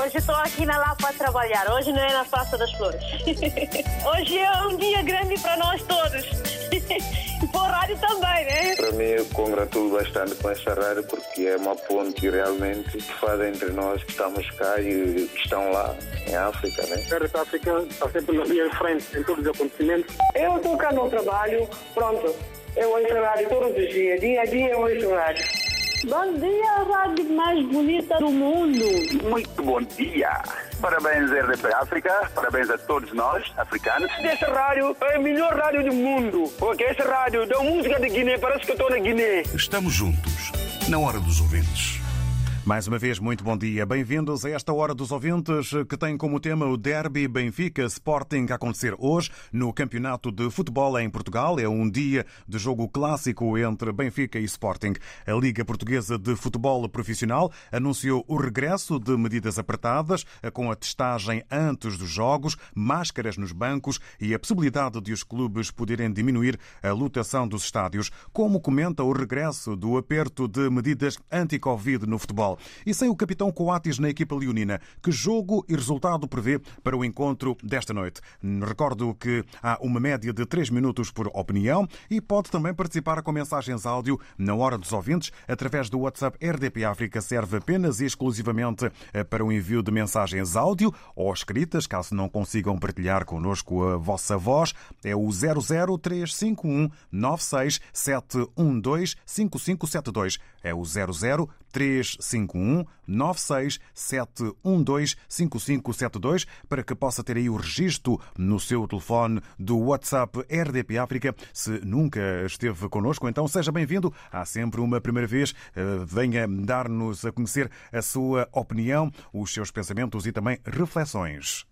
Hoje estou aqui na Lapa a trabalhar, hoje não é na Praça das Flores. Hoje é um dia grande para nós todos. E para o rádio também, né? Para mim, eu congratulo bastante com essa rádio porque é uma ponte realmente que faz entre nós que estamos cá e que estão lá em África, né? A África está sempre na linha de frente em todos os acontecimentos. Eu estou cá no trabalho, pronto. Eu ouço rádio todos os dias, dia a dia eu ouço rádio. Bom dia, a rádio mais bonita do mundo. Muito bom dia. Parabéns, RDP África. Parabéns a todos nós, africanos. Essa rádio é a melhor rádio do mundo. Porque essa rádio dá música de Guiné, parece que eu estou na Guiné. Estamos juntos, na hora dos ouvintes. Mais uma vez, muito bom dia. Bem-vindos a esta Hora dos Ouvintes, que tem como tema o Derby Benfica-Sporting a acontecer hoje no Campeonato de Futebol em Portugal. É um dia de jogo clássico entre Benfica e Sporting. A Liga Portuguesa de Futebol Profissional anunciou o regresso de medidas apertadas, com a testagem antes dos jogos, máscaras nos bancos e a possibilidade de os clubes poderem diminuir a lotação dos estádios, como comenta o regresso do aperto de medidas anti-Covid no futebol. E sem o capitão Coates na equipa leonina, que jogo e resultado prevê para o encontro desta noite? Recordo que há uma média de 3 minutos por opinião e pode também participar com mensagens áudio na Hora dos Ouvintes através do WhatsApp RDP África. Serve apenas e exclusivamente para o envio de mensagens áudio ou escritas, caso não consigam partilhar connosco a vossa voz. É o 00351 96712 5572. É o 00351 96712 5572 para que possa ter aí o registro no seu telefone do WhatsApp RDP África. Se nunca esteve connosco, então seja bem-vindo. Há sempre uma primeira vez. Venha dar-nos a conhecer a sua opinião, os seus pensamentos e também reflexões.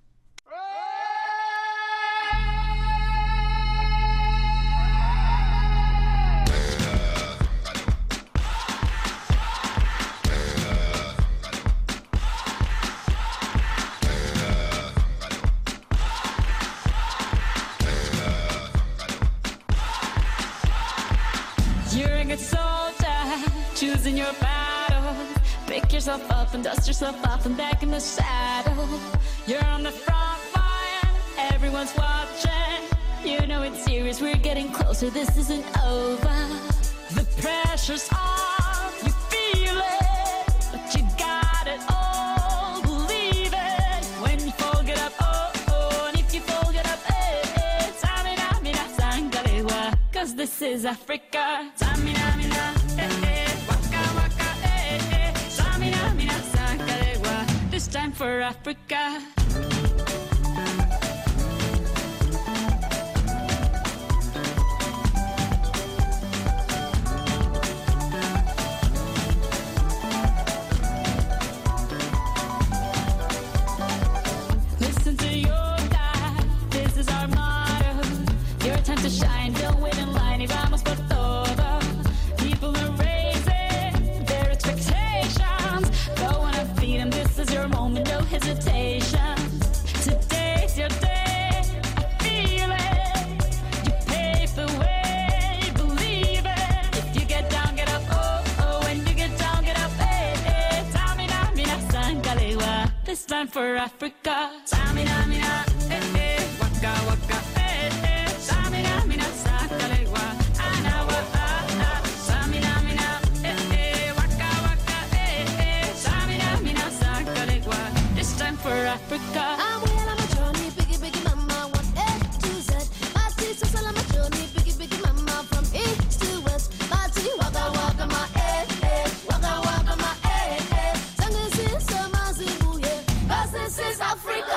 Choosing your battle, pick yourself up and dust yourself off and back in the saddle. You're on the front line, everyone's watching. You know it's serious, we're getting closer, this isn't over. The pressure's on, you feel it, but you got it all, believe it. When you fold it up, oh, oh, and if you fold it up, eh, eh, tamina, mina, sangalewa, 'cause this is Africa, tamina, mina, eh, eh. This time for Africa. Listen to your God, this is our motto. Your time to shine, don't wait in line, y vamos por todo. People are raising their expectations. Go on and feed them, this is your moment, no hesitation. Today's your day, I feel it. You pave the way, believe it. If you get down, get up, oh, oh. When you get down, get up, eh, eh. Tamina, mina, sangalewa. This time for Africa. Tamina, mina, eh, eh. Waka, waka, eh, eh. Tamina, mina, sangalewa. Anawa, ah, ah. Tamina, mina, eh, eh. Waka, waka, eh, eh. Tamina, mina, sangalewa. This time for Africa. I'm well on my journey, biggie, biggie mama, 1 A to Z. My sister's all on my journey, biggie, biggie mama, from east to west. My tea, waka, waka, my eh, eh. Waka, waka, my eh, eh. Sanga, sis, my zibu, yeah. 'Cause this is Africa.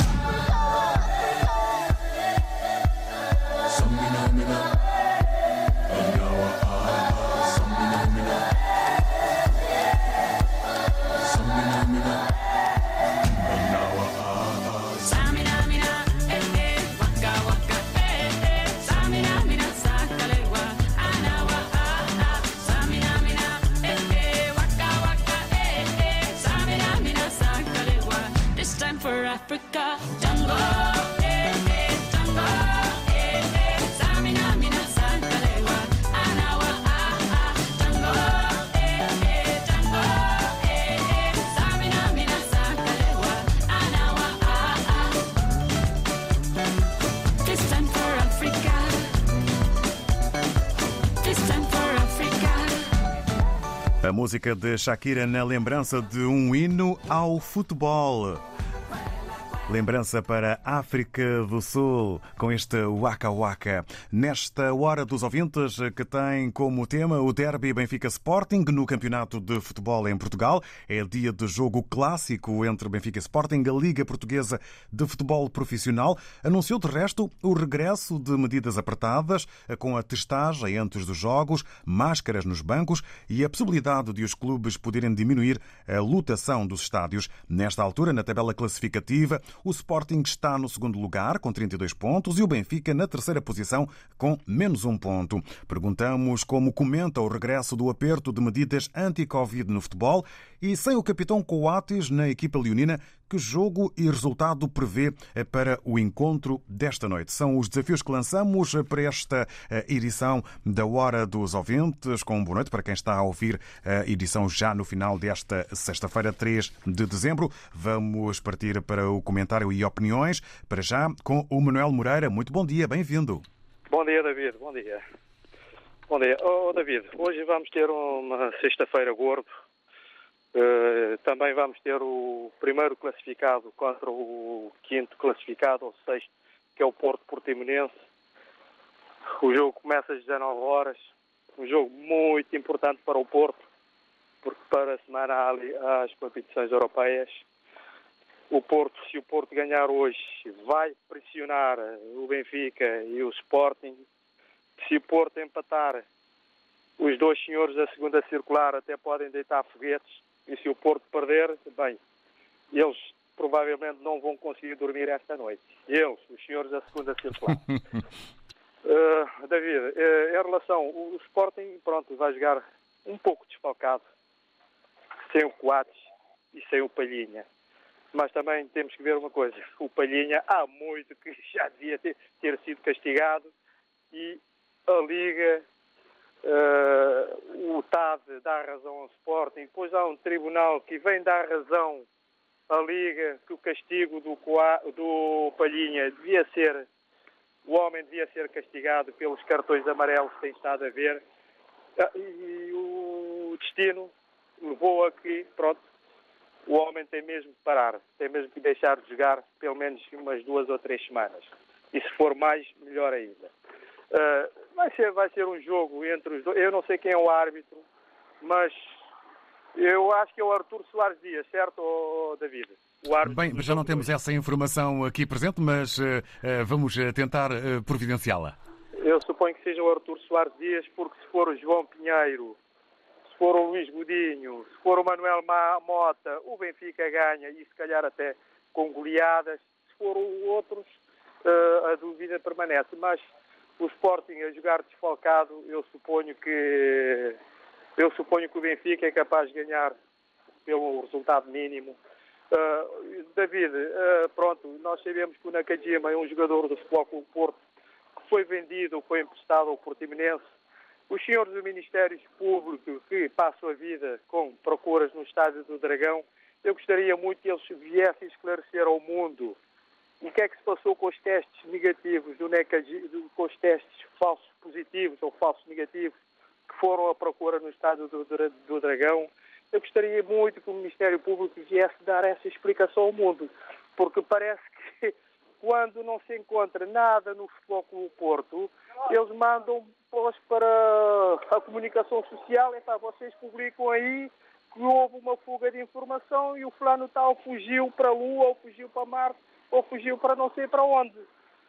Africa, Jungle, eh, eh, Jungle, eh, eh, Samina, mina, Sangalewa, Anawa, ah, ah, Jungle, eh, eh, Jungle, eh, eh, Samina, mina, Sangalewa, música de Shakira na lembrança de um hino ao futebol. Lembrança para a África do Sul, com este Waka Waka. Nesta hora dos ouvintes, que tem como tema o Derby Benfica Sporting no Campeonato de Futebol em Portugal. É dia de jogo clássico entre Benfica e Sporting. A Liga Portuguesa de Futebol Profissional anunciou, de resto, o regresso de medidas apertadas, com a testagem antes dos jogos, máscaras nos bancos e a possibilidade de os clubes poderem diminuir a lotação dos estádios. Nesta altura, na tabela classificativa, o Sporting está no segundo lugar, com 32 pontos, e o Benfica na terceira posição, com menos um ponto. Perguntamos como comenta o regresso do aperto de medidas anti-Covid no futebol e, sem o capitão Coates na equipa leonina, que jogo e resultado prevê para o encontro desta noite. São os desafios que lançamos para esta edição da Hora dos Ouvintes, com boa noite para quem está a ouvir a edição já no final desta sexta-feira, 3 de dezembro. Vamos partir para o comentário e opiniões, para já com o Manuel Moreira. Muito bom dia, bem-vindo. Bom dia, David, bom dia. Bom dia. David, hoje vamos ter uma sexta-feira gordo. Também vamos ter o primeiro classificado contra o quinto classificado, ou sexto, que é o Porto Portimonense. O jogo começa às 19 horas. Um jogo muito importante para o Porto, porque para a semana às competições europeias. Se o Porto ganhar hoje, vai pressionar o Benfica e o Sporting. Se o Porto empatar, os dois senhores da segunda circular até podem deitar foguetes. E se o Porto perder, bem, eles provavelmente não vão conseguir dormir esta noite. Eles, os senhores da segunda circular. David, em relação ao Sporting, pronto, vai jogar um pouco desfalcado, sem o Coates e sem o Palhinha. Mas também temos que ver uma coisa. O Palhinha há muito que já devia ter sido castigado e a Liga... o TAD dá razão ao Sporting, depois há um tribunal que vem dar razão à Liga que o castigo do Palhinha o homem devia ser castigado pelos cartões amarelos que tem estado a ver, e o destino levou a que, pronto, o homem tem mesmo que parar, tem mesmo que deixar de jogar pelo menos umas 2 ou 3 semanas, e se for mais, melhor ainda. Vai ser um jogo entre os dois. Eu não sei quem é o árbitro, mas eu acho que é o Artur Soares Dias, certo, David? Bem, já não temos essa informação aqui presente, mas vamos tentar providenciá-la. Eu suponho que seja o Artur Soares Dias, porque se for o João Pinheiro, se for o Luís Godinho, se for o Manuel Mota, o Benfica ganha, e se calhar até com goleadas. Se for outros, a dúvida permanece, mas o Sporting a jogar desfalcado, eu suponho que o Benfica é capaz de ganhar pelo resultado mínimo. David, pronto, nós sabemos que o Nakajima é um jogador do Futebol Clube Porto que foi vendido, foi emprestado ao Portimonense. Os senhores do Ministério Público que passam a vida com procuras no Estádio do Dragão, eu gostaria muito que eles viessem esclarecer ao mundo o que é que se passou com os testes negativos com os testes falsos positivos ou falsos negativos que foram à procura no Estádio do Dragão. Eu gostaria muito que o Ministério Público viesse dar essa explicação ao mundo, porque parece que quando não se encontra nada no Futebol Clube Porto, eles mandam para a comunicação social, vocês publicam aí que houve uma fuga de informação e o fulano tal fugiu para a Lua ou fugiu para Marte, ou fugiu para não sei para onde.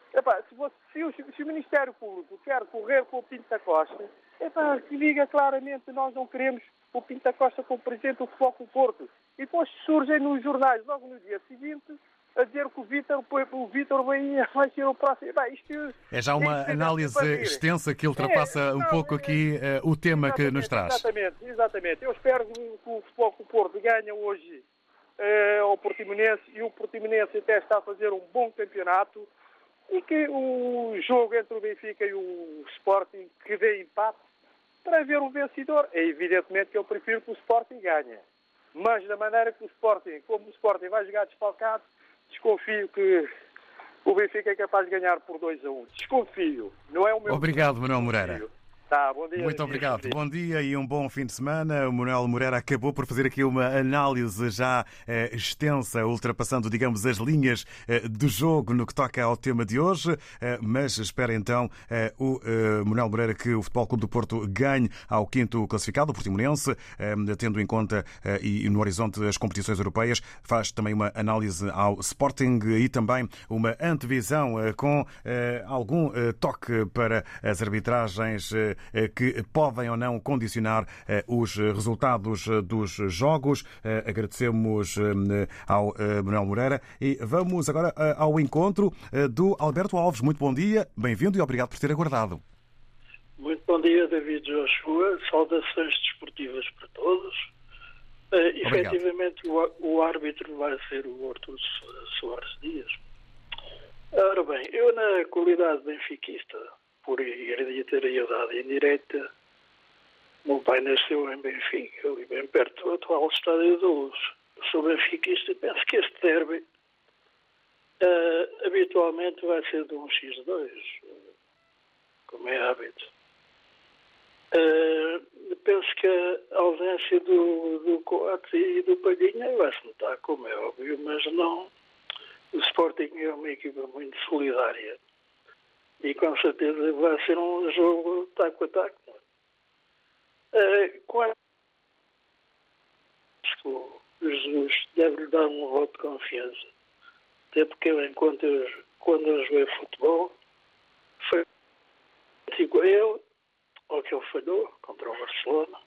Se o Ministério Público quer correr com o Pinto da Costa, que diga claramente: nós não queremos o Pinto da Costa como presidente do Futebol Clube Porto. E depois surgem nos jornais, logo no dia seguinte, a dizer que o Vítor vai ser o próximo. É já uma análise extensa que ultrapassa um pouco aqui o tema que nos traz. Exatamente. Eu espero que o Futebol Clube Porto ganhe hoje ao Portimonense, e o Portimonense até está a fazer um bom campeonato, e que o jogo entre o Benfica e o Sporting que dê empate para ver um vencedor. É evidentemente que eu prefiro que o Sporting ganhe, mas da maneira que como o Sporting vai jogar desfalcado, desconfio que o Benfica é capaz de ganhar por 2-1. Desconfio. Não é o meu... Obrigado, Manuel Moreira. Tá, bom dia. Muito obrigado. Bom dia e um bom fim de semana. O Manuel Moreira acabou por fazer aqui uma análise já extensa, ultrapassando, digamos, as linhas do jogo no que toca ao tema de hoje. Mas espera então o Manuel Moreira que o Futebol Clube do Porto ganhe ao quinto classificado, o Portimonense, tendo em conta e no horizonte as competições europeias. Faz também uma análise ao Sporting e também uma antevisão com algum toque para as arbitragens que podem ou não condicionar os resultados dos jogos. Agradecemos ao Manuel Moreira e vamos agora ao encontro do Alberto Alves. Muito bom dia, bem-vindo e obrigado por ter aguardado. Muito bom dia, David Joshua. Saudações desportivas para todos. Efetivamente, o árbitro vai ser o Artur Soares Dias. Ora bem, eu na qualidade benfiquista, por hereditariedade indireta, meu pai nasceu em Benfica, ali bem perto do atual Estádio da Luz. Eu sou benfiquista e penso que este derby habitualmente vai ser de um X2, como é hábito. Penso que a ausência do Coates e do Palhinha vai-se notar, como é óbvio, mas não. O Sporting é uma equipa muito solidária e com certeza vai ser um jogo taco a taco. O Jesus deve-lhe dar um voto de confiança, até porque eu, quando eu joguei futebol, foi igual a ele, ao que ele falhou contra o Barcelona.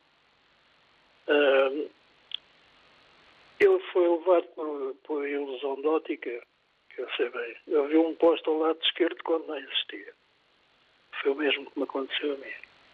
Ele foi levado por ilusão de ótica, que eu sei bem. Eu vi um posto ao lado esquerdo quando não existia. Foi o mesmo que me aconteceu a mim.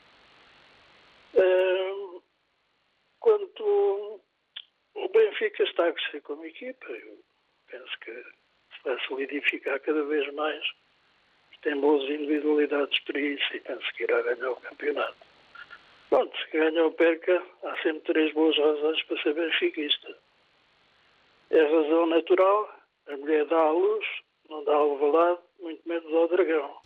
Quanto o Benfica está a crescer como equipa, eu penso que se vai solidificar cada vez mais. Tem boas individualidades para isso e penso que irá ganhar o campeonato. Pronto, se ganha ou perca, há sempre 3 boas razões para ser benfiquista. É a razão natural, a mulher dá à luz, não dá ao Alvalade, muito menos ao Dragão.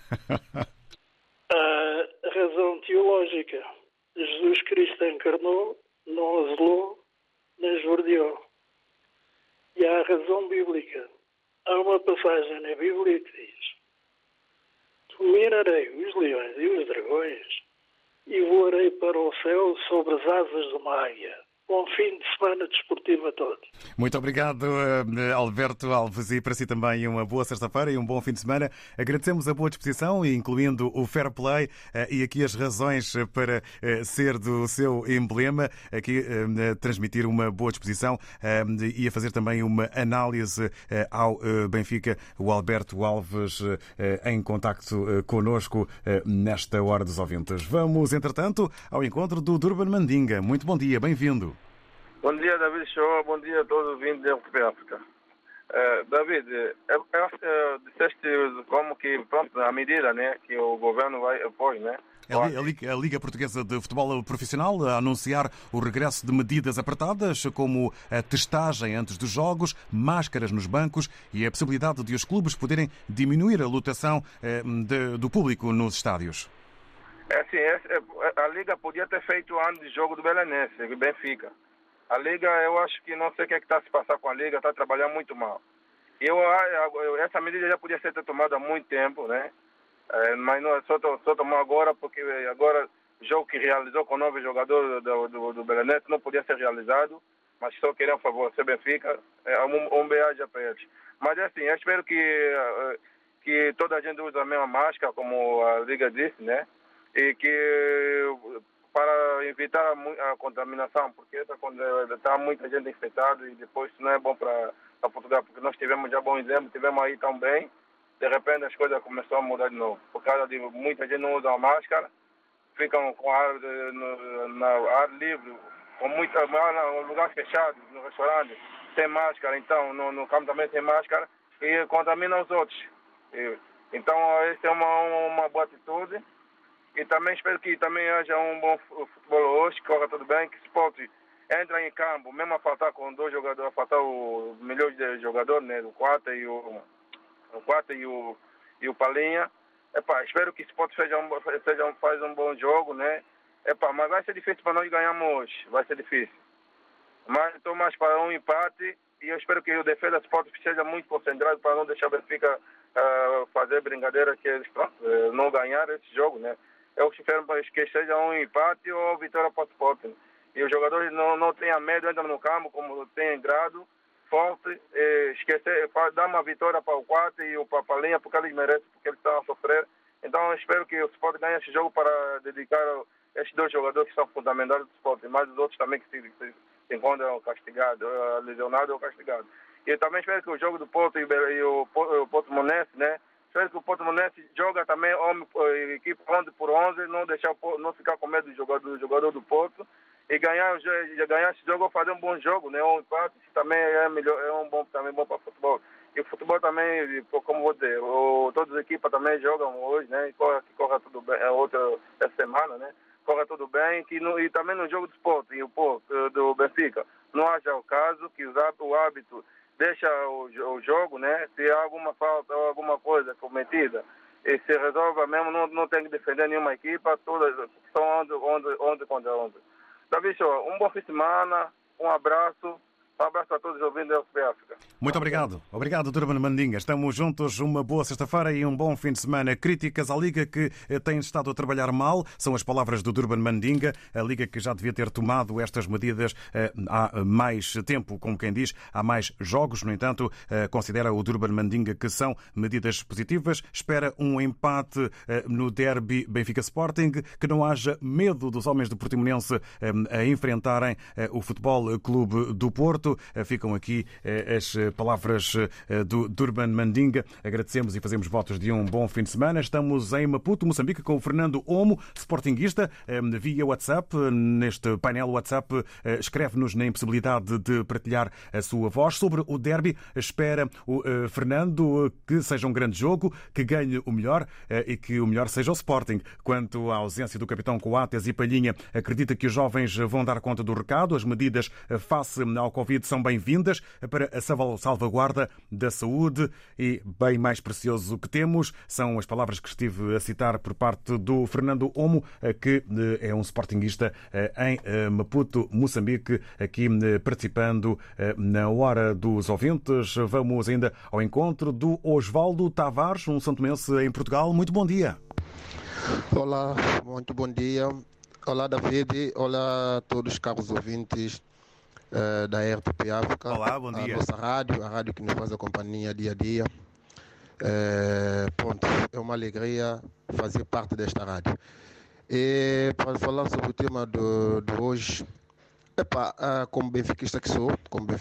A razão teológica, Jesus Cristo encarnou, não azelou, nem esverdeou. E há a razão bíblica. Há uma passagem na Bíblia que diz: dominarei os leões e os dragões e voarei para o céu sobre as asas de uma águia. Bom fim de semana desportivo a todos. Muito obrigado, Alberto Alves, e para si também uma boa sexta-feira e um bom fim de semana. Agradecemos a boa disposição, incluindo o fair play e aqui as razões para ser do seu emblema, aqui transmitir uma boa disposição e a fazer também uma análise ao Benfica, o Alberto Alves em contacto connosco nesta Hora dos Ouvintes. Vamos, entretanto, ao encontro do Durban Mandinga. Muito bom dia, bem-vindo. Bom dia, David Show. Bom dia a todos os vindos da RTP África. David, disseste como que, pronto, a medida, né, que o governo vai pôr, né? A Liga Portuguesa de Futebol Profissional a anunciar o regresso de medidas apertadas, como a testagem antes dos jogos, máscaras nos bancos e a possibilidade de os clubes poderem diminuir a lotação do público nos estádios. A Liga podia ter feito antes do jogo do Belenense, Benfica. A Liga, eu acho que não sei o que está se passando com a Liga, está trabalhando muito mal. Essa medida já podia ser tomada há muito tempo, né? Mas não, só tomou agora, porque agora o jogo que realizou com 9 jogadores do Belenense não podia ser realizado, mas só queriam favorecer Benfica, um beijo para eles. Mas assim, eu espero que toda a gente use a mesma máscara, como a Liga disse, né? E que para evitar a contaminação, porque está muita gente infectada e depois isso não é bom para Portugal, porque nós tivemos já bom exemplo, tivemos aí tão bem, de repente as coisas começaram a mudar de novo, por causa de muita gente não usa máscara, ficam com ar livre, com lugares fechados, no restaurante, sem máscara, então no campo também sem máscara, e contaminam os outros. Então essa é uma boa atitude. E também espero que também haja um bom futebol hoje, que corra tudo bem, que o Sport entre em campo, mesmo a faltar com 2 jogadores, a faltar o melhor jogador, né, o Quarta e o Palhinha, Espero que o Sport faz um bom jogo, né? Mas vai ser difícil para nós ganharmos hoje, vai ser difícil. Mas estou mais para um empate e eu espero que o defesa do Sport seja muito concentrado para não deixar o Benfica fazer brincadeira que eles não ganhar esse jogo, né? Eu espero que seja um empate ou vitória para o Sport. E os jogadores não tenham medo, entram no campo como tem entrado, forte, esquecer, dar uma vitória para o 4 e para a linha, porque eles merecem, porque eles estão a sofrer. Então eu espero que o Sport ganhe esse jogo para dedicar a esses 2 jogadores que são fundamentais do Sport, mas os outros também que se encontram castigados, lesionados ou castigados. E eu também espero que o jogo do Porto e o Portimonense, né? Espero que o Portimonense joga também equipe 11 por 11, não ficar com medo do jogador do Porto e ganhar esse jogo ou fazer um bom jogo, né? Um empate também é melhor, bom para o futebol. E o futebol também, como vou dizer, todas as equipas também jogam hoje, né? E corre tudo bem, essa semana, né? Corre tudo bem, e também no jogo do Sport e o Porto, do Benfica, não haja o caso que o hábito deixa o jogo, né? Se há alguma falta ou alguma coisa cometida, e se resolve mesmo, não tem que defender nenhuma equipa, todas são 11 contra 11. Davi, um bom fim de semana, um abraço a todos os ouvintes da RTP África. Muito obrigado. Obrigado, Durban Mandinga. Estamos juntos. Uma boa sexta-feira e um bom fim de semana. Críticas à Liga que tem estado a trabalhar mal. São as palavras do Durban Mandinga. A Liga que já devia ter tomado estas medidas há mais tempo, como quem diz, há mais jogos. No entanto, considera o Durban Mandinga que são medidas positivas. Espera um empate no derby Benfica-Sporting. Que não haja medo dos homens do Portimonense a enfrentarem o Futebol Clube do Porto. Ficam aqui as palavras do Durban Mandinga. Agradecemos e fazemos votos de um bom fim de semana. Estamos em Maputo, Moçambique, com o Fernando Omo, sportinguista, via WhatsApp. Neste painel WhatsApp escreve-nos na impossibilidade de partilhar a sua voz sobre o derby. Espera o Fernando que seja um grande jogo, que ganhe o melhor e que o melhor seja o Sporting. Quanto à ausência do capitão Coates e Palhinha, acredita que os jovens vão dar conta do recado. As medidas face ao Covid são bem-vindas para a salvaguarda da saúde e bem mais precioso que temos. São as palavras que estive a citar por parte do Fernando Omo, que é um sportinguista em Maputo, Moçambique, aqui participando na Hora dos Ouvintes. Vamos ainda ao encontro do Osvaldo Tavares, um santomense em Portugal. Muito bom dia. Olá, muito bom dia. Olá, David. Olá a todos os caros ouvintes da RTP África. Olá, bom dia. A nossa rádio, a rádio que nos faz a companhia dia a dia. Pronto, é uma alegria fazer parte desta rádio. E para falar sobre o tema de hoje, como benfiquista que sou,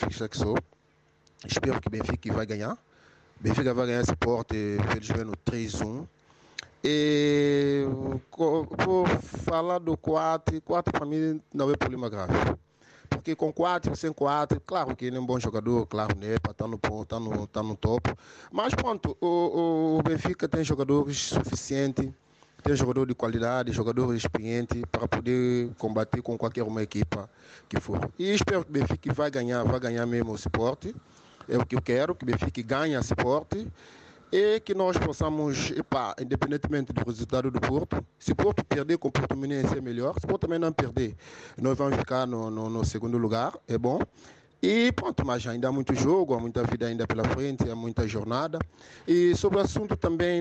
espero que o Benfica vai ganhar. Benfica vai ganhar esse porte, felizmente, no 3-1. E vou falar do 4 para mim não é problema grave. Porque com 4, sem 4, claro que ele é um bom jogador, claro, né? Está no topo. Mas pronto, o Benfica tem jogadores suficientes, tem jogador de qualidade, jogador experiente para poder combater com qualquer uma equipa que for. E espero que o Benfica vai ganhar mesmo o Sport. É o que eu quero, que o Benfica ganhe o Sport. E que nós possamos, independentemente do resultado do Porto, se o Porto perder com o Portimonense é melhor, se o Porto também não perder, nós vamos ficar no segundo lugar, é bom. E pronto, mas ainda há muito jogo, há muita vida ainda pela frente, há muita jornada. E sobre o assunto também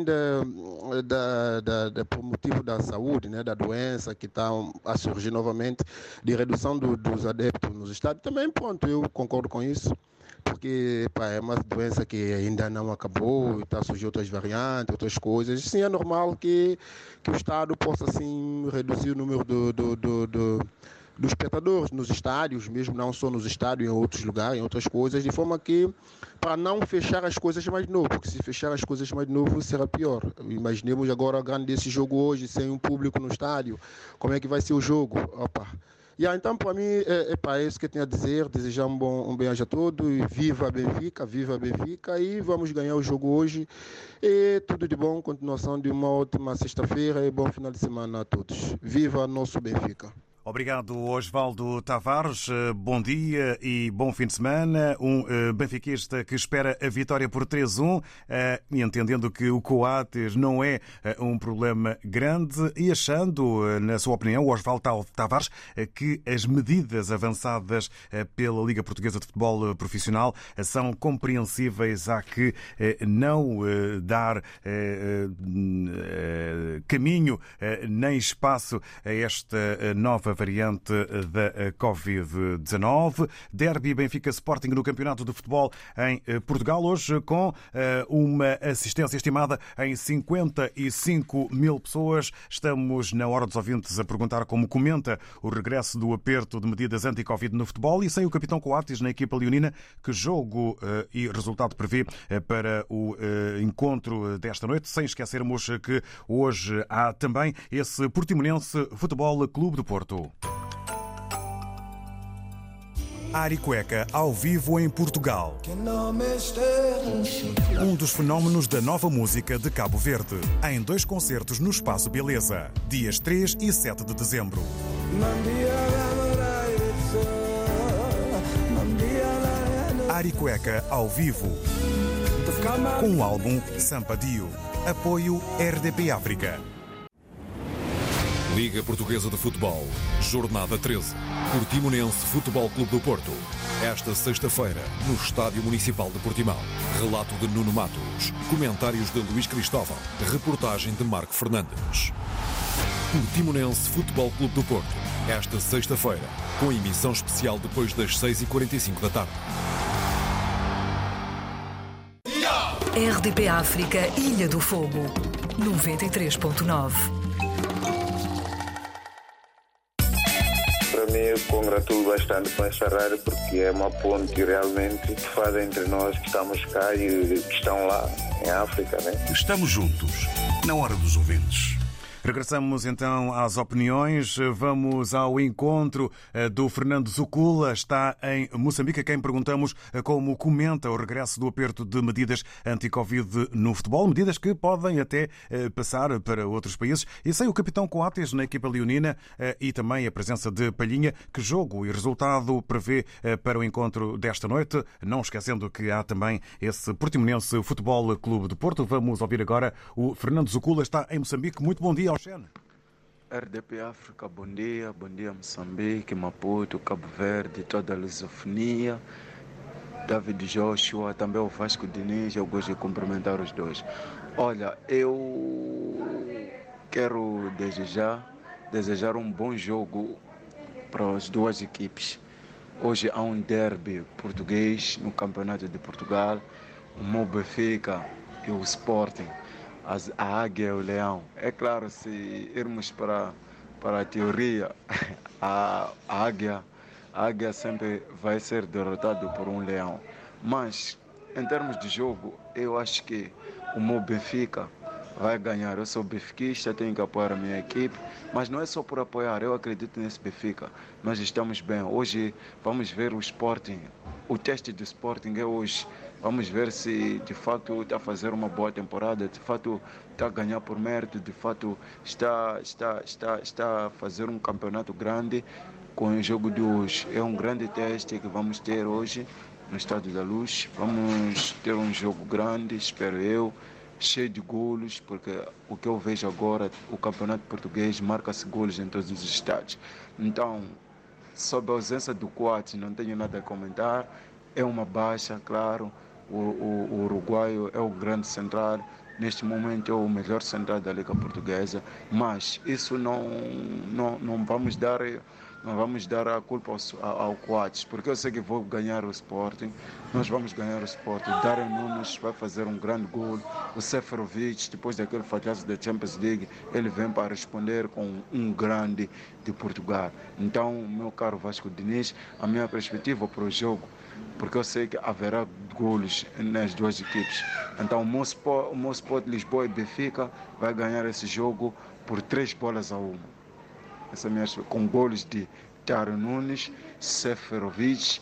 por motivo da saúde, né, da doença que está a surgir novamente, de redução dos adeptos nos estádios, também pronto, eu concordo com isso. Porque é uma doença que ainda não acabou, está a surgir outras variantes, outras coisas. Sim, é normal que o Estado possa assim, reduzir o número dos espectadores nos estádios, mesmo não só nos estádios, em outros lugares, em outras coisas, de forma que, para não fechar as coisas mais novo, porque se fechar as coisas mais novo será pior. Imaginemos agora grande esse jogo hoje, sem um público no estádio, como é que vai ser o jogo? Então, para mim, é isso que eu tenho a dizer. Desejar um bem-aja a todos. Viva Benfica, e vamos ganhar o jogo hoje. E tudo de bom, continuação de uma ótima sexta-feira e bom final de semana a todos. Viva nosso Benfica. Obrigado, Osvaldo Tavares. Bom dia e bom fim de semana. Um benfiquista que espera a vitória por 3-1, entendendo que o Coates não é um problema grande e achando, na sua opinião, Osvaldo Tavares, que as medidas avançadas pela Liga Portuguesa de Futebol Profissional são compreensíveis. Há que não dar caminho nem espaço a esta nova variante da Covid-19. Derby Benfica Sporting no Campeonato de Futebol em Portugal, hoje com uma assistência estimada em 55 mil pessoas. Estamos na hora dos ouvintes a perguntar como comenta o regresso do aperto de medidas anti-Covid no futebol e sem o capitão Coates na equipa leonina. Que jogo e resultado prevê para o encontro desta noite? Sem esquecermos que hoje há também esse Portimonense Futebol Clube do Porto. Aricueca ao vivo em Portugal. Um dos fenómenos da nova música de Cabo Verde. Em 2 concertos no Espaço Beleza, dias 3 e 7 de dezembro. Aricueca ao vivo. Com o álbum Sampadio. Apoio RDP África. Liga Portuguesa de Futebol, Jornada 13. Portimonense Futebol Clube do Porto. Esta sexta-feira, no Estádio Municipal de Portimão. Relato de Nuno Matos. Comentários de Luís Cristóvão. Reportagem de Marco Fernandes. Portimonense Futebol Clube do Porto. Esta sexta-feira, com emissão especial depois das 6h45 da tarde. RDP África, Ilha do Fogo, 93.9. Para mim, eu congratulo bastante com essa rádio porque é uma ponte realmente que faz entre nós que estamos cá e que estão lá em África, né? Estamos juntos, na hora dos ouvintes. Regressamos então às opiniões. Vamos ao encontro do Fernando Zucula. Está em Moçambique, a quem perguntamos como comenta o regresso do aperto de medidas anti-Covid no futebol. Medidas que podem até passar para outros países. E sem o capitão Coates na equipa leonina e também a presença de Palhinha. Que jogo e resultado prevê para o encontro desta noite? Não esquecendo que há também esse Portimonense Futebol Clube de Porto. Vamos ouvir agora o Fernando Zucula. Está em Moçambique. Muito bom dia. RDP África, bom dia Moçambique, Maputo, Cabo Verde, toda a lusofonia, David Joshua, também o Vasco Diniz. Eu gosto de cumprimentar os dois. Olha, eu quero desejar um bom jogo para as duas equipes. Hoje há um derby português no Campeonato de Portugal, o Benfica e o Sporting. A águia e o leão. É claro, se irmos para a teoria, a águia sempre vai ser derrotada por um leão. Mas, em termos de jogo, eu acho que o meu Benfica vai ganhar. Eu sou benfiquista, tenho que apoiar a minha equipe, mas não é só por apoiar, eu acredito nesse Benfica. Nós estamos bem. Hoje vamos ver o Sporting. O teste do Sporting é hoje. Vamos ver se de fato está a fazer uma boa temporada, de fato está a ganhar por mérito, de fato está a fazer um campeonato grande com o jogo de hoje. É um grande teste que vamos ter hoje no Estádio da Luz. Vamos ter um jogo grande, espero eu, cheio de golos, porque o que eu vejo agora, o campeonato português marca-se golos em todos os estádios. Então, sob a ausência do Coates, não tenho nada a comentar. É uma baixa, claro. O uruguaio é o grande central, neste momento é o melhor central da Liga Portuguesa, mas isso não vamos dar a culpa ao Coates, porque eu sei que vou ganhar o Sporting, nós vamos ganhar o Sporting. Darren Nunes vai fazer um grande gol, o Seferovic, depois daquele fracasso da Champions League, ele vem para responder com um grande de Portugal. Então, meu caro Vasco Diniz, a minha perspectiva para o jogo, porque eu sei que haverá golos nas duas equipes. Então, o meu Sport Lisboa e Benfica vai ganhar esse jogo por 3-1. Essa minha, com golos de Darren Nunes, Seferovic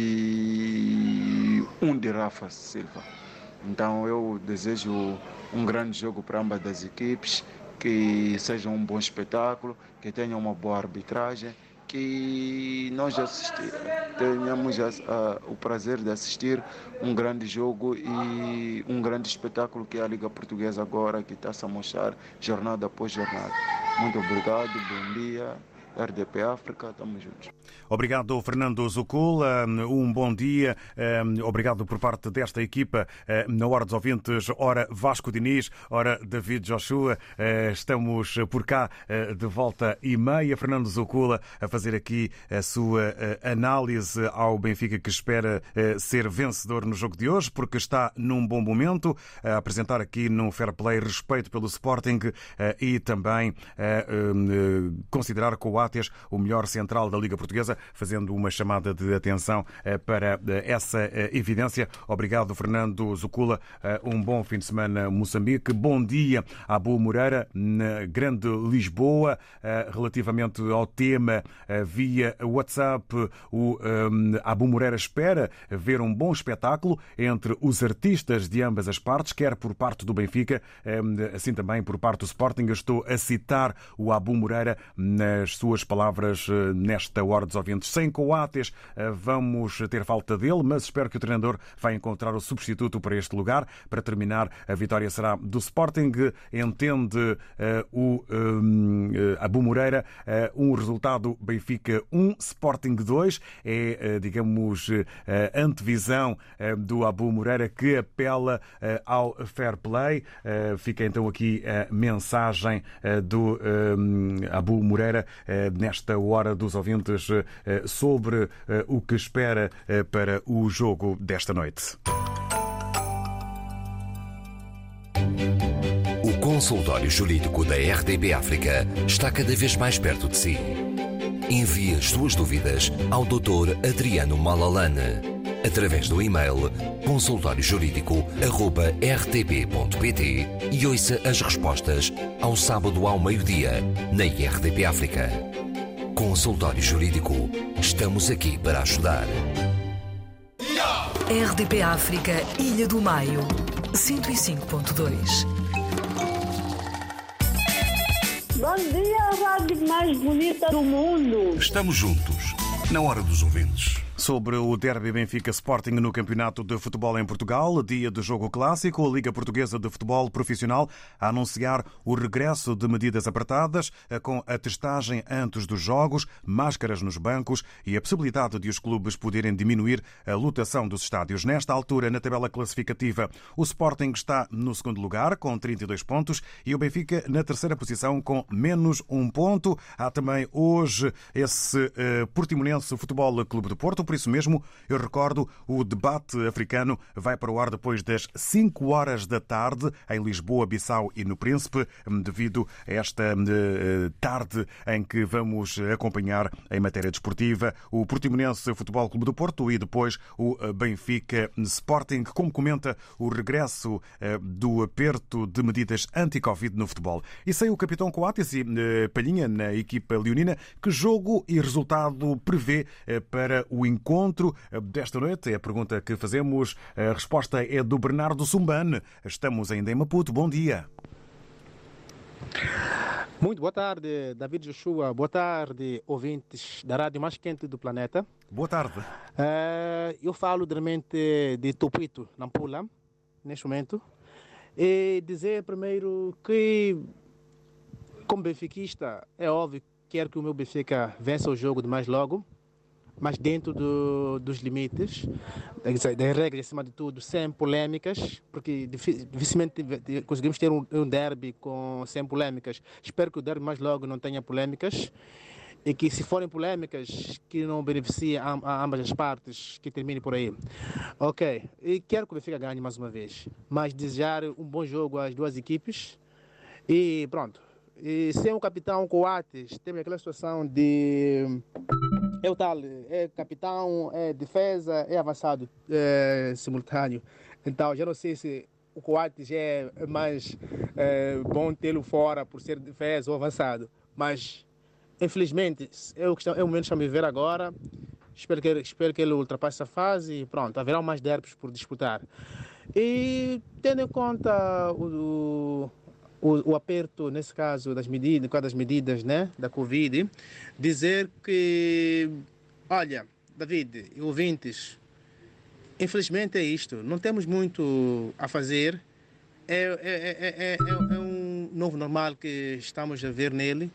e um de Rafa Silva. Então, eu desejo um grande jogo para ambas as equipes, que seja um bom espetáculo, que tenha uma boa arbitragem que nós tenhamos o prazer de assistir um grande jogo e um grande espetáculo que é a Liga Portuguesa agora, que está a mostrar jornada após jornada. Muito obrigado, bom dia. RDP África, estamos juntos. Obrigado, Fernando Zucula. Um bom dia. Obrigado por parte desta equipa. Na Hora dos Ouvintes, ora Vasco Diniz, ora David Joshua. Estamos por cá de volta e meia. Fernando Zucula a fazer aqui a sua análise ao Benfica, que espera ser vencedor no jogo de hoje, porque está num bom momento, a apresentar aqui no Fair Play respeito pelo Sporting e também considerar Coates o melhor central da Liga Portuguesa, fazendo uma chamada de atenção para essa evidência. Obrigado, Fernando Zucula. Um bom fim de semana, Moçambique. Bom dia, Abu Moreira, na Grande Lisboa. Relativamente ao tema via WhatsApp, o Abu Moreira espera ver um bom espetáculo entre os artistas de ambas as partes, quer por parte do Benfica, assim também por parte do Sporting. Eu estou a citar o Abu Moreira nas suas palavras nesta Hora dos Ouvintes. Sem Coates vamos ter falta dele, mas espero que o treinador vai encontrar o substituto para este lugar. Para terminar, a vitória será do Sporting. Entende o Abu Moreira um resultado Benfica 1, Sporting 2. É, digamos, a antevisão do Abu Moreira, que apela ao fair play. Fica então aqui a mensagem do Abu Moreira nesta Hora dos Ouvintes sobre o que espera para o jogo desta noite. O consultório jurídico da RDP África está cada vez mais perto de si. Envie as suas dúvidas ao Dr. Adriano Malalane através do e-mail consultoriojuridico@rtp.pt e ouça as respostas ao sábado ao meio-dia na RDP África. Consultório Jurídico. Estamos aqui para ajudar. RDP África, Ilha do Maio, 105.2. Bom dia, a rádio mais bonita do mundo. Estamos juntos, na Hora dos Ouvintes. Sobre o Derby Benfica Sporting no Campeonato de Futebol em Portugal, dia de jogo clássico, a Liga Portuguesa de Futebol Profissional a anunciar o regresso de medidas apertadas, com a testagem antes dos jogos, máscaras nos bancos e a possibilidade de os clubes poderem diminuir a lotação dos estádios. Nesta altura, na tabela classificativa, o Sporting está no segundo lugar, com 32 pontos, e o Benfica na terceira posição, com menos 1 ponto. Há também hoje esse Portimonense Futebol Clube do Porto. Por isso mesmo, eu recordo, o debate africano vai para o ar depois das 5 horas da tarde em Lisboa, Bissau e no Príncipe, devido a esta tarde em que vamos acompanhar em matéria desportiva o Portimonense Futebol Clube do Porto e depois o Benfica Sporting, como comenta o regresso do aperto de medidas anti-Covid no futebol. E sem o capitão Coates e Palhinha na equipa leonina, que jogo e resultado prevê para o encontro desta noite? É a pergunta que fazemos. A resposta é do Bernardo Sumbane. Estamos ainda em Maputo. Bom dia. Muito boa tarde, David Joshua. Boa tarde, ouvintes da rádio mais quente do planeta. Boa tarde. Eu falo diretamente de Tupuito, Nampula, neste momento. E dizer primeiro que, como benfiquista, é óbvio que quero que o meu Benfica vença o jogo de mais logo, mas dentro dos limites, das regras, acima de tudo, sem polêmicas, porque dificilmente conseguimos ter um derby sem polêmicas. Espero que o derby mais logo não tenha polêmicas e que, se forem polêmicas, que não beneficiem a ambas as partes, que termine por aí. Ok, e quero que o Benfica ganhe mais uma vez, mas desejar um bom jogo às duas equipes e pronto. E sem o capitão Coates, temos aquela situação de... É o tal, é capitão, é defesa, é avançado simultâneo. Então, já não sei se o Coates é mais bom tê-lo fora por ser defesa ou avançado. Mas, infelizmente, é o momento que estamos a viver agora. Espero que ele ultrapasse essa fase e pronto, haverá mais derbys por disputar. E tendo em conta o o aperto, nesse caso, das medidas, né, da Covid, dizer que, olha, David e ouvintes, infelizmente é isto, não temos muito a fazer, é um novo normal que estamos a ver nele.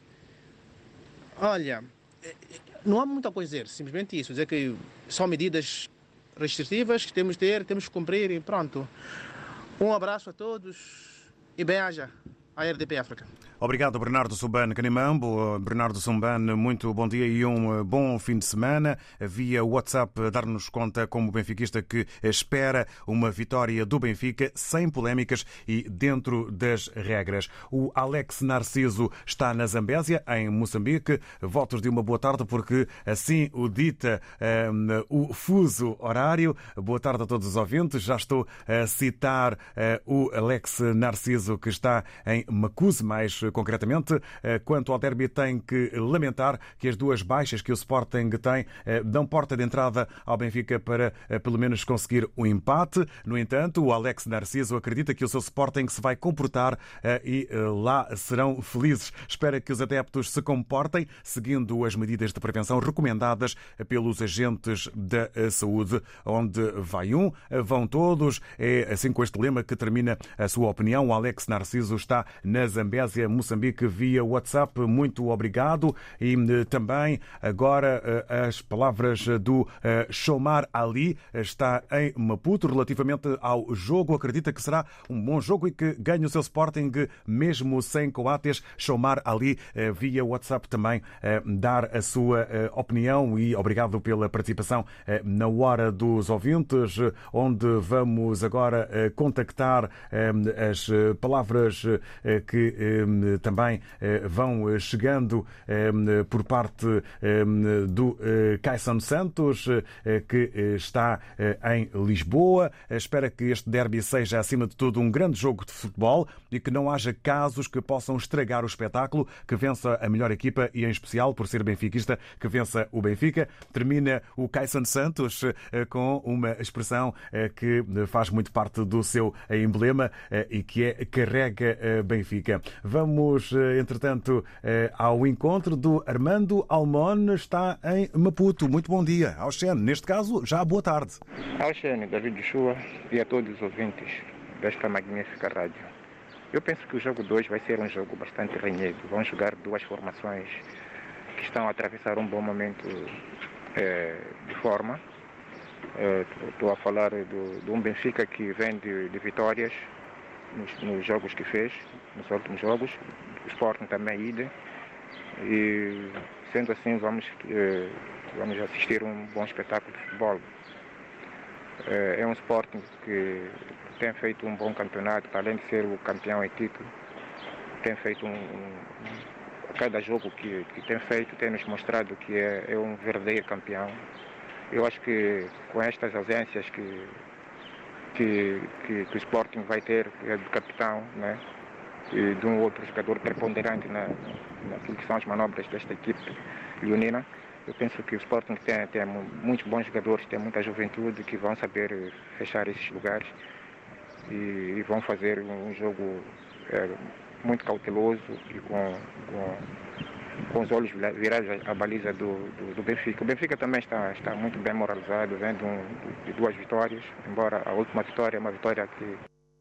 Olha, não há muita coisa a dizer, simplesmente isso, dizer que são medidas restritivas que temos de ter, temos que cumprir e pronto. Um abraço a todos e bem-aja à RDP África. Obrigado, Bernardo Sumbane Canimambo. Bernardo Sumbane, muito bom dia e um bom fim de semana. Via WhatsApp, dar-nos conta como benfiquista que espera uma vitória do Benfica sem polémicas e dentro das regras. O Alex Narciso está na Zambésia, em Moçambique. Votos de uma boa tarde, porque assim o dita o fuso horário. Boa tarde a todos os ouvintes. Já estou a citar o Alex Narciso, que está em Macuse, mais concretamente. Quanto ao derby, tem que lamentar que as duas baixas que o Sporting tem dão porta de entrada ao Benfica para pelo menos conseguir um empate. No entanto, o Alex Narciso acredita que o seu Sporting se vai comportar e lá serão felizes. Espera que os adeptos se comportem seguindo as medidas de prevenção recomendadas pelos agentes da saúde. Onde vai um, vão todos. É assim com este lema que termina a sua opinião. O Alex Narciso está na Zambésia, Moçambique, via WhatsApp. Muito obrigado. E também agora as palavras do Shomar Ali, está em Maputo, relativamente ao jogo. Acredita que será um bom jogo e que ganhe o seu Sporting mesmo sem Coates. Shomar Ali, via WhatsApp, também dar a sua opinião, e obrigado pela participação na Hora dos Ouvintes, onde vamos agora contactar as palavras que também vão chegando por parte do Caisson Santos, que está em Lisboa. Espera que este derby seja, acima de tudo, um grande jogo de futebol e que não haja casos que possam estragar o espetáculo, que vença a melhor equipa e, em especial, por ser benfiquista, que vença o Benfica. Termina o Caisson Santos com uma expressão que faz muito parte do seu emblema e que é carrega Benfica. Vamos, entretanto, ao encontro do Armando Almon, está em Maputo. Muito bom dia ao Xen, neste caso, já boa tarde. Ao Xen, David Chua, e a todos os ouvintes desta magnífica rádio. Eu penso que o jogo 2 vai ser um jogo bastante renhido. Vão jogar duas formações que estão a atravessar um bom momento de forma. Estou a falar de um Benfica que vem de vitórias nos jogos que fez, nos últimos jogos. O Sporting também ide. E, sendo assim, vamos assistir um bom espetáculo de futebol. É um Sporting que tem feito um bom campeonato, além de ser o campeão em título. Tem feito cada jogo que tem feito tem nos mostrado que é um verdadeiro campeão. Eu acho que com estas ausências que o Sporting vai ter, do capitão, né, e de um outro jogador preponderante naquilo que são as manobras desta equipe leonina, eu penso que o Sporting tem muitos bons jogadores, tem muita juventude que vão saber fechar esses lugares e vão fazer um jogo muito cauteloso e com os olhos virados à baliza do Benfica. O Benfica também está muito bem moralizado, vem de duas vitórias, embora a última vitória é uma vitória que...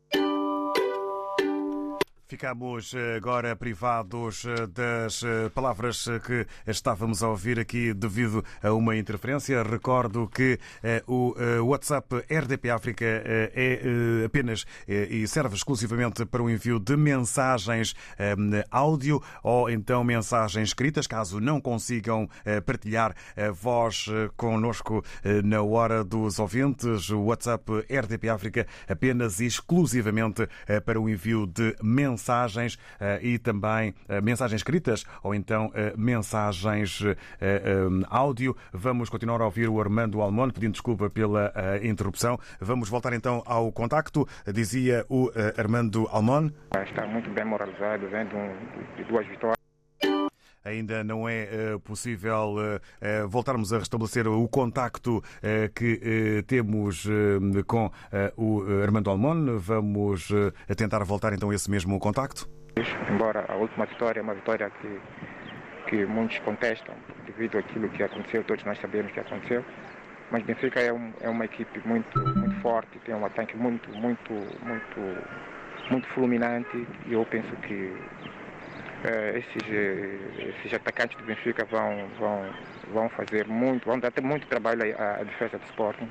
Ficamos agora privados das palavras que estávamos a ouvir aqui devido a uma interferência. Recordo que o WhatsApp RDP África é apenas e serve exclusivamente para o envio de mensagens áudio ou então mensagens escritas, caso não consigam partilhar a voz connosco na Hora dos Ouvintes. O WhatsApp RDP África apenas e exclusivamente para o envio de mensagens e também mensagens escritas ou então mensagens áudio. Vamos continuar a ouvir o Armando Almon, pedindo desculpa pela interrupção. Vamos voltar então ao contacto. Dizia o Armando Almon. Está muito bem moralizado, vem de duas vitórias. Ainda não é possível voltarmos a restabelecer o contacto que temos com o Armando Almon. Vamos tentar voltar então a esse mesmo contacto. Embora a última vitória é uma vitória que muitos contestam devido àquilo que aconteceu, todos nós sabemos que aconteceu, mas Benfica é uma equipe muito forte, tem um ataque muito fulminante, e eu penso que esses atacantes do Benfica vão fazer muito, vão dar muito trabalho à defesa do Sporting,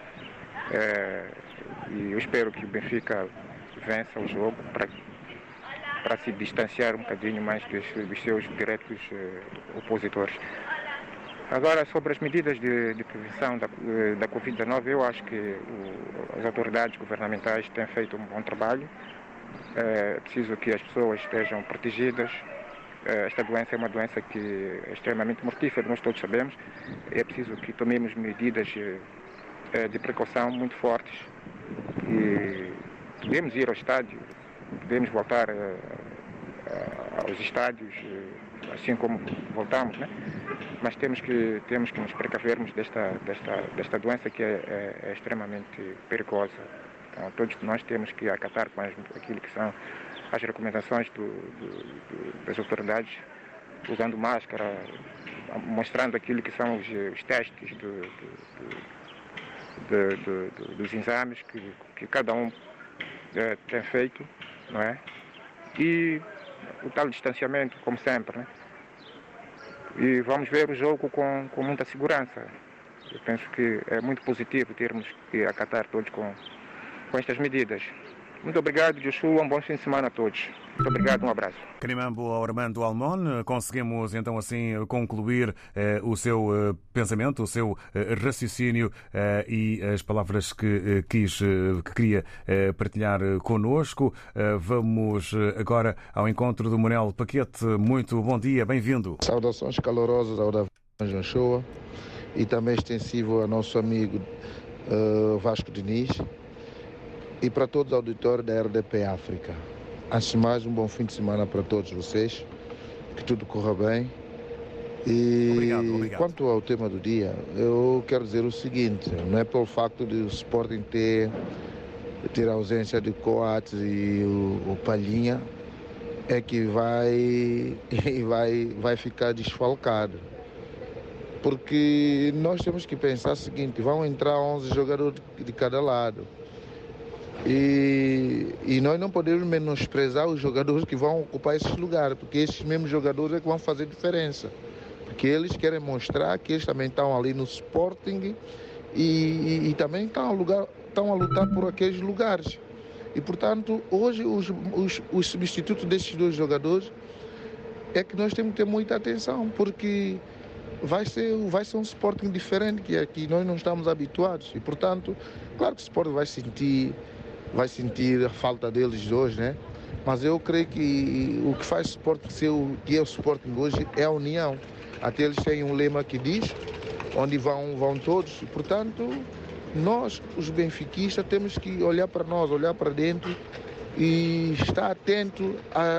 e eu espero que o Benfica vença o jogo para se distanciar um bocadinho mais dos seus diretos opositores. Agora, sobre as medidas de prevenção da Covid-19, eu acho que as autoridades governamentais têm feito um bom trabalho. É preciso que as pessoas estejam protegidas. Esta doença é uma doença que é extremamente mortífera, nós todos sabemos. É preciso que tomemos medidas de precaução muito fortes. E podemos ir ao estádio, podemos voltar aos estádios, assim como voltamos, né? Mas temos que nos precavermos desta doença que é extremamente perigosa. Então, todos nós temos que acatar com aquilo que são as recomendações das autoridades, usando máscara, mostrando aquilo que são os testes dos exames que cada um tem feito, não é? E o tal distanciamento, como sempre, né? E vamos ver o jogo com muita segurança. Eu penso que é muito positivo termos que acatar todos com estas medidas. Muito obrigado, Joshua. Um bom fim de semana a todos. Muito obrigado, um abraço. Canimambo Armando Almon, conseguimos então assim concluir o seu pensamento, o seu raciocínio e as palavras que queria partilhar connosco. Vamos agora ao encontro do Manuel Paquete. Muito bom dia, bem-vindo. Saudações calorosas ao Davi Joshua e também extensivo ao nosso amigo Vasco Diniz e para todos os auditores da RDP África. Antes de mais, um bom fim de semana para todos vocês, que tudo corra bem. E obrigado. Quanto ao tema do dia, eu quero dizer o seguinte: não é pelo facto de o Sporting ter a ausência de Coates e o Palhinha é que vai ficar desfalcado. Porque nós temos que pensar o seguinte: vão entrar 11 jogadores de cada lado. E nós não podemos menosprezar os jogadores que vão ocupar esses lugares, porque esses mesmos jogadores é que vão fazer diferença. Porque eles querem mostrar que eles também estão ali no Sporting e também estão a lutar por aqueles lugares. E, portanto, hoje os substitutos desses dois jogadores é que nós temos que ter muita atenção, porque vai ser um Sporting diferente que nós não estamos habituados. E, portanto, claro que o Sporting vai sentir a falta deles hoje, né? Mas eu creio que o que faz o Sporting ser o que é o Sporting hoje é a união. Até eles têm um lema que diz onde vão todos. E, portanto, nós, os benfiquistas, temos que olhar para nós, olhar para dentro e estar atento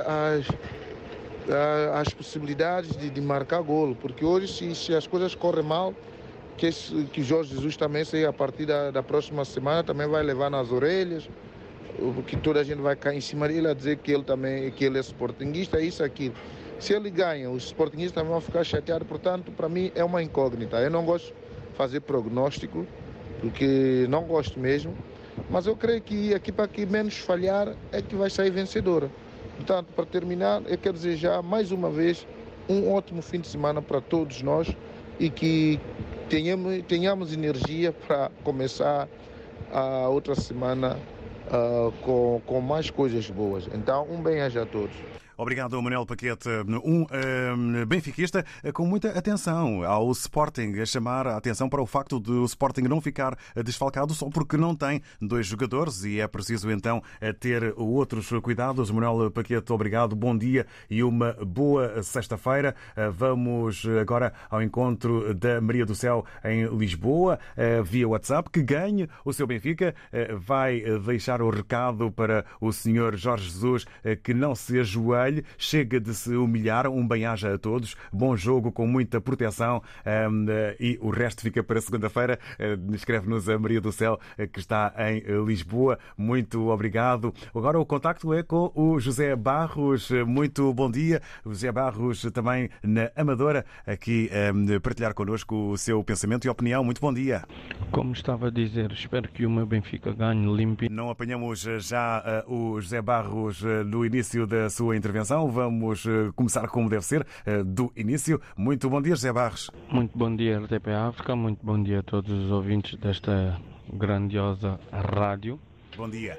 às possibilidades de marcar golo. Porque hoje, se as coisas correm mal, que Jorge Jesus também, a partir da próxima semana, também vai levar nas orelhas, que toda a gente vai cair em cima dele a dizer que ele é sportinguista, isso, aquilo. Se ele ganha, os sportinguistas também vão ficar chateados. Portanto, para mim é uma incógnita. Eu não gosto de fazer prognóstico, porque não gosto mesmo, mas eu creio que a equipa que menos falhar é que vai sair vencedora. Portanto, para terminar, eu quero desejar mais uma vez um ótimo fim de semana para todos nós e que tenhamos energia para começar a outra semana com mais coisas boas. Então, um bem-aja a todos. Obrigado, Manuel Paquete. Um benfiquista com muita atenção ao Sporting, a chamar a atenção para o facto de o Sporting não ficar desfalcado só porque não tem dois jogadores e é preciso então ter outros cuidados. Manuel Paquete, obrigado, bom dia e uma boa sexta-feira. Vamos agora ao encontro da Maria do Céu em Lisboa, via WhatsApp. Que ganhe o seu Benfica. Vai deixar o recado para o senhor Jorge Jesus que não se ajoelhe Coelho. Chega de se humilhar, um bem-aja a todos. Bom jogo com muita proteção e o resto fica para segunda-feira. Escreve-nos a Maria do Céu, que está em Lisboa. Muito obrigado. Agora o contacto é com o José Barros. Muito bom dia. O José Barros também na Amadora, aqui partilhar connosco o seu pensamento e opinião. Muito bom dia. Como estava a dizer, espero que o meu Benfica ganhe limpinho. Não apanhamos já o José Barros no início da sua intervenção. Vamos começar como deve ser, do início. Muito bom dia, José Barros. Muito bom dia, RDP África. Muito bom dia a todos os ouvintes desta grandiosa rádio. Bom dia.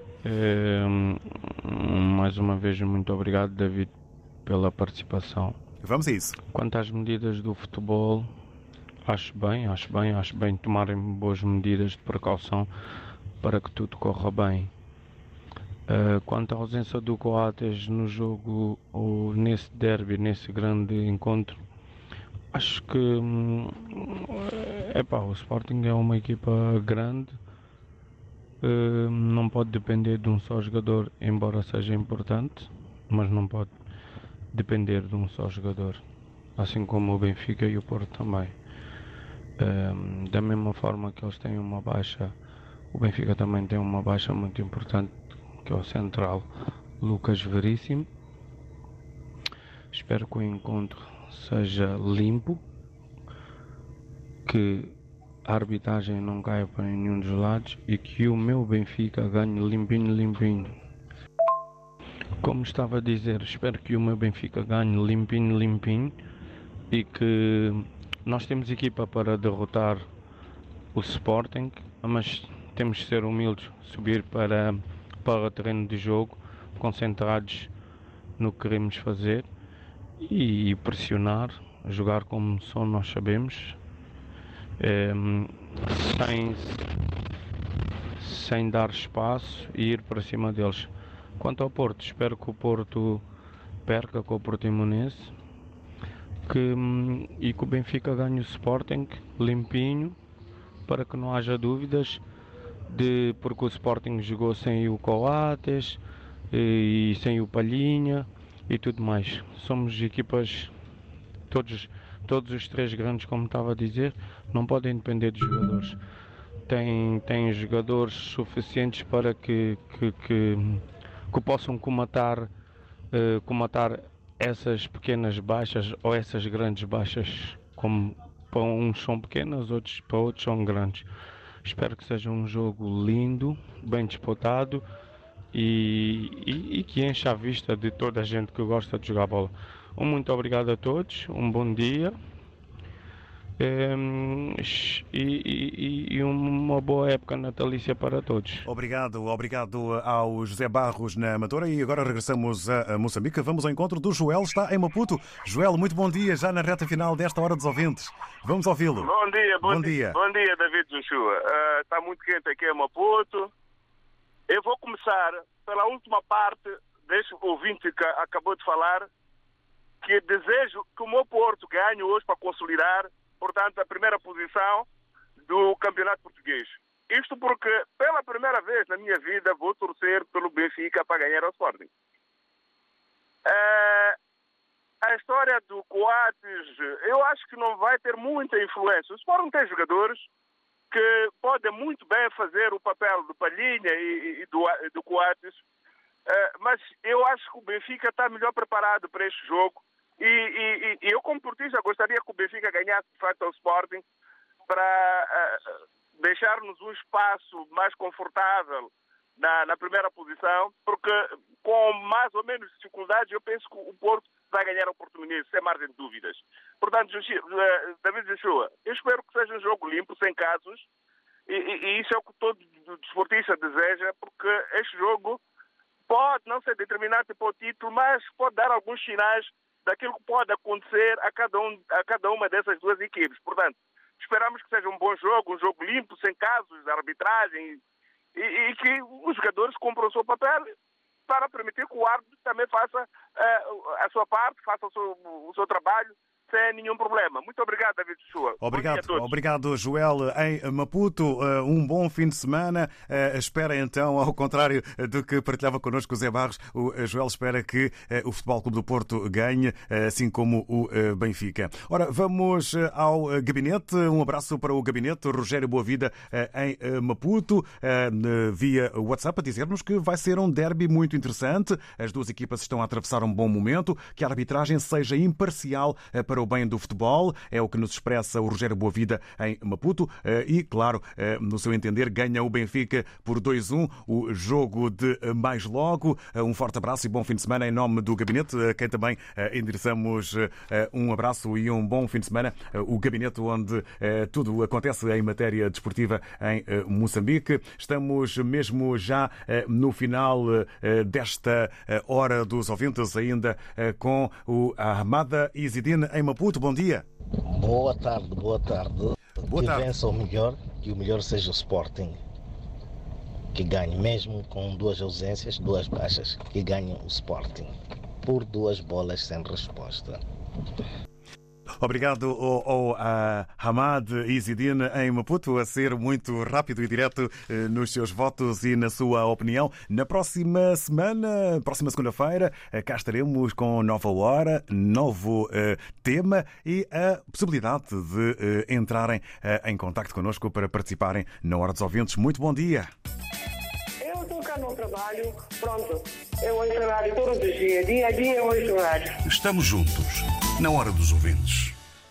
Mais uma vez, muito obrigado, David, pela participação. Vamos a isso. Quanto às medidas do futebol, acho bem tomarem boas medidas de precaução para que tudo corra bem. Quanto à ausência do Coates no jogo ou nesse derby, nesse grande encontro, acho que o Sporting é uma equipa grande, não pode depender de um só jogador, embora seja importante, mas não pode depender de um só jogador, assim como o Benfica e o Porto também. Da mesma forma que eles têm uma baixa, o Benfica também tem uma baixa muito importante, que é o central Lucas Veríssimo. Espero que o encontro seja limpo, que a arbitragem não caia para nenhum dos lados e que o meu Benfica ganhe limpinho. Como estava a dizer, espero que o meu Benfica ganhe limpinho e que nós temos equipa para derrotar o Sporting, mas temos de ser humildes, subir para o terreno de jogo, concentrados no que queremos fazer e pressionar, jogar como só nós sabemos, sem dar espaço e ir para cima deles. Quanto ao Porto, espero que o Porto perca com o Portimonense e que o Benfica ganhe o Sporting limpinho, para que não haja dúvidas, porque o Sporting jogou sem o Coates e sem o Palhinha e tudo mais. Somos equipas, todos os três grandes, como estava a dizer, não podem depender de jogadores. Tem jogadores suficientes para que possam comatar essas pequenas baixas ou essas grandes baixas, como para uns são pequenas, para outros são grandes. Espero que seja um jogo lindo, bem disputado e que encha a vista de toda a gente que gosta de jogar bola. Muito obrigado a todos, um bom dia e uma boa época natalícia para todos. Obrigado ao José Barros na Amadora. E agora regressamos a Moçambique. Vamos ao encontro do Joel, está em Maputo. Joel, muito bom dia, já na reta final desta Hora dos Ouvintes. Vamos ouvi-lo. Bom dia, David Joshua. Está muito quente aqui em Maputo. Eu vou começar pela última parte deste ouvinte que acabou de falar, que desejo que o meu Porto ganhe hoje para consolidar, portanto, a primeira posição do Campeonato Português. Isto porque, pela primeira vez na minha vida, vou torcer pelo Benfica para ganhar o Sporting. A história do Coates, eu acho que não vai ter muita influência. O Sporting tem jogadores que podem muito bem fazer o papel do Palhinha e do Coates, mas eu acho que o Benfica está melhor preparado para este jogo. E eu, como portista, gostaria que o Benfica ganhasse de facto ao Sporting para deixar-nos um espaço mais confortável na primeira posição, porque com mais ou menos dificuldades eu penso que o Porto vai ganhar a oportunidade, sem margem de dúvidas. Portanto, David Joshua, eu espero que seja um jogo limpo, sem casos, e isso é o que todo desportista deseja, porque este jogo pode não ser determinante para o título, mas pode dar alguns sinais daquilo que pode acontecer a cada uma dessas duas equipes. Portanto, esperamos que seja um bom jogo, um jogo limpo, sem casos de arbitragem e que os jogadores cumpram o seu papel para permitir que o árbitro também faça a sua parte, faça o seu trabalho sem nenhum problema. Muito obrigado, David Joshua. Obrigado, Joel. Em Maputo, um bom fim de semana. Espera então, ao contrário do que partilhava connosco o Zé Barros, o Joel espera que o Futebol Clube do Porto ganhe, assim como o Benfica. Ora, vamos ao gabinete. Um abraço para o gabinete. Rogério Boavida em Maputo, via WhatsApp, a dizer-nos que vai ser um derby muito interessante. As duas equipas estão a atravessar um bom momento, que a arbitragem seja imparcial para o bem do futebol. É o que nos expressa o Rogério Boavida em Maputo. E, claro, no seu entender, ganha o Benfica por 2-1, o jogo de mais logo. Um forte abraço e bom fim de semana em nome do gabinete, a quem também endereçamos um abraço e um bom fim de semana. O gabinete onde tudo acontece em matéria desportiva em Moçambique. Estamos mesmo já no final desta hora dos ouvintes, ainda com o Ahmada Izzidine em Maputo. Bom dia. Boa tarde. Boa tarde. Vença o melhor, que o melhor seja o Sporting. Que ganhe, mesmo com 2 ausências, 2 baixas, que ganhe o Sporting. Por 2 bolas sem resposta. Obrigado ao Ahmad Izzidine em Maputo, a ser muito rápido e direto nos seus votos e na sua opinião. Na próxima semana, próxima segunda-feira, cá estaremos com nova hora, novo tema e a possibilidade de entrarem em contacto connosco para participarem na Hora dos Ouvintes. Muito bom dia. Eu estou cá no trabalho, pronto. Eu vou trabalhar todos os dias, dia a dia eu vou trabalhar. Estamos juntos, na Hora dos Ouvintes.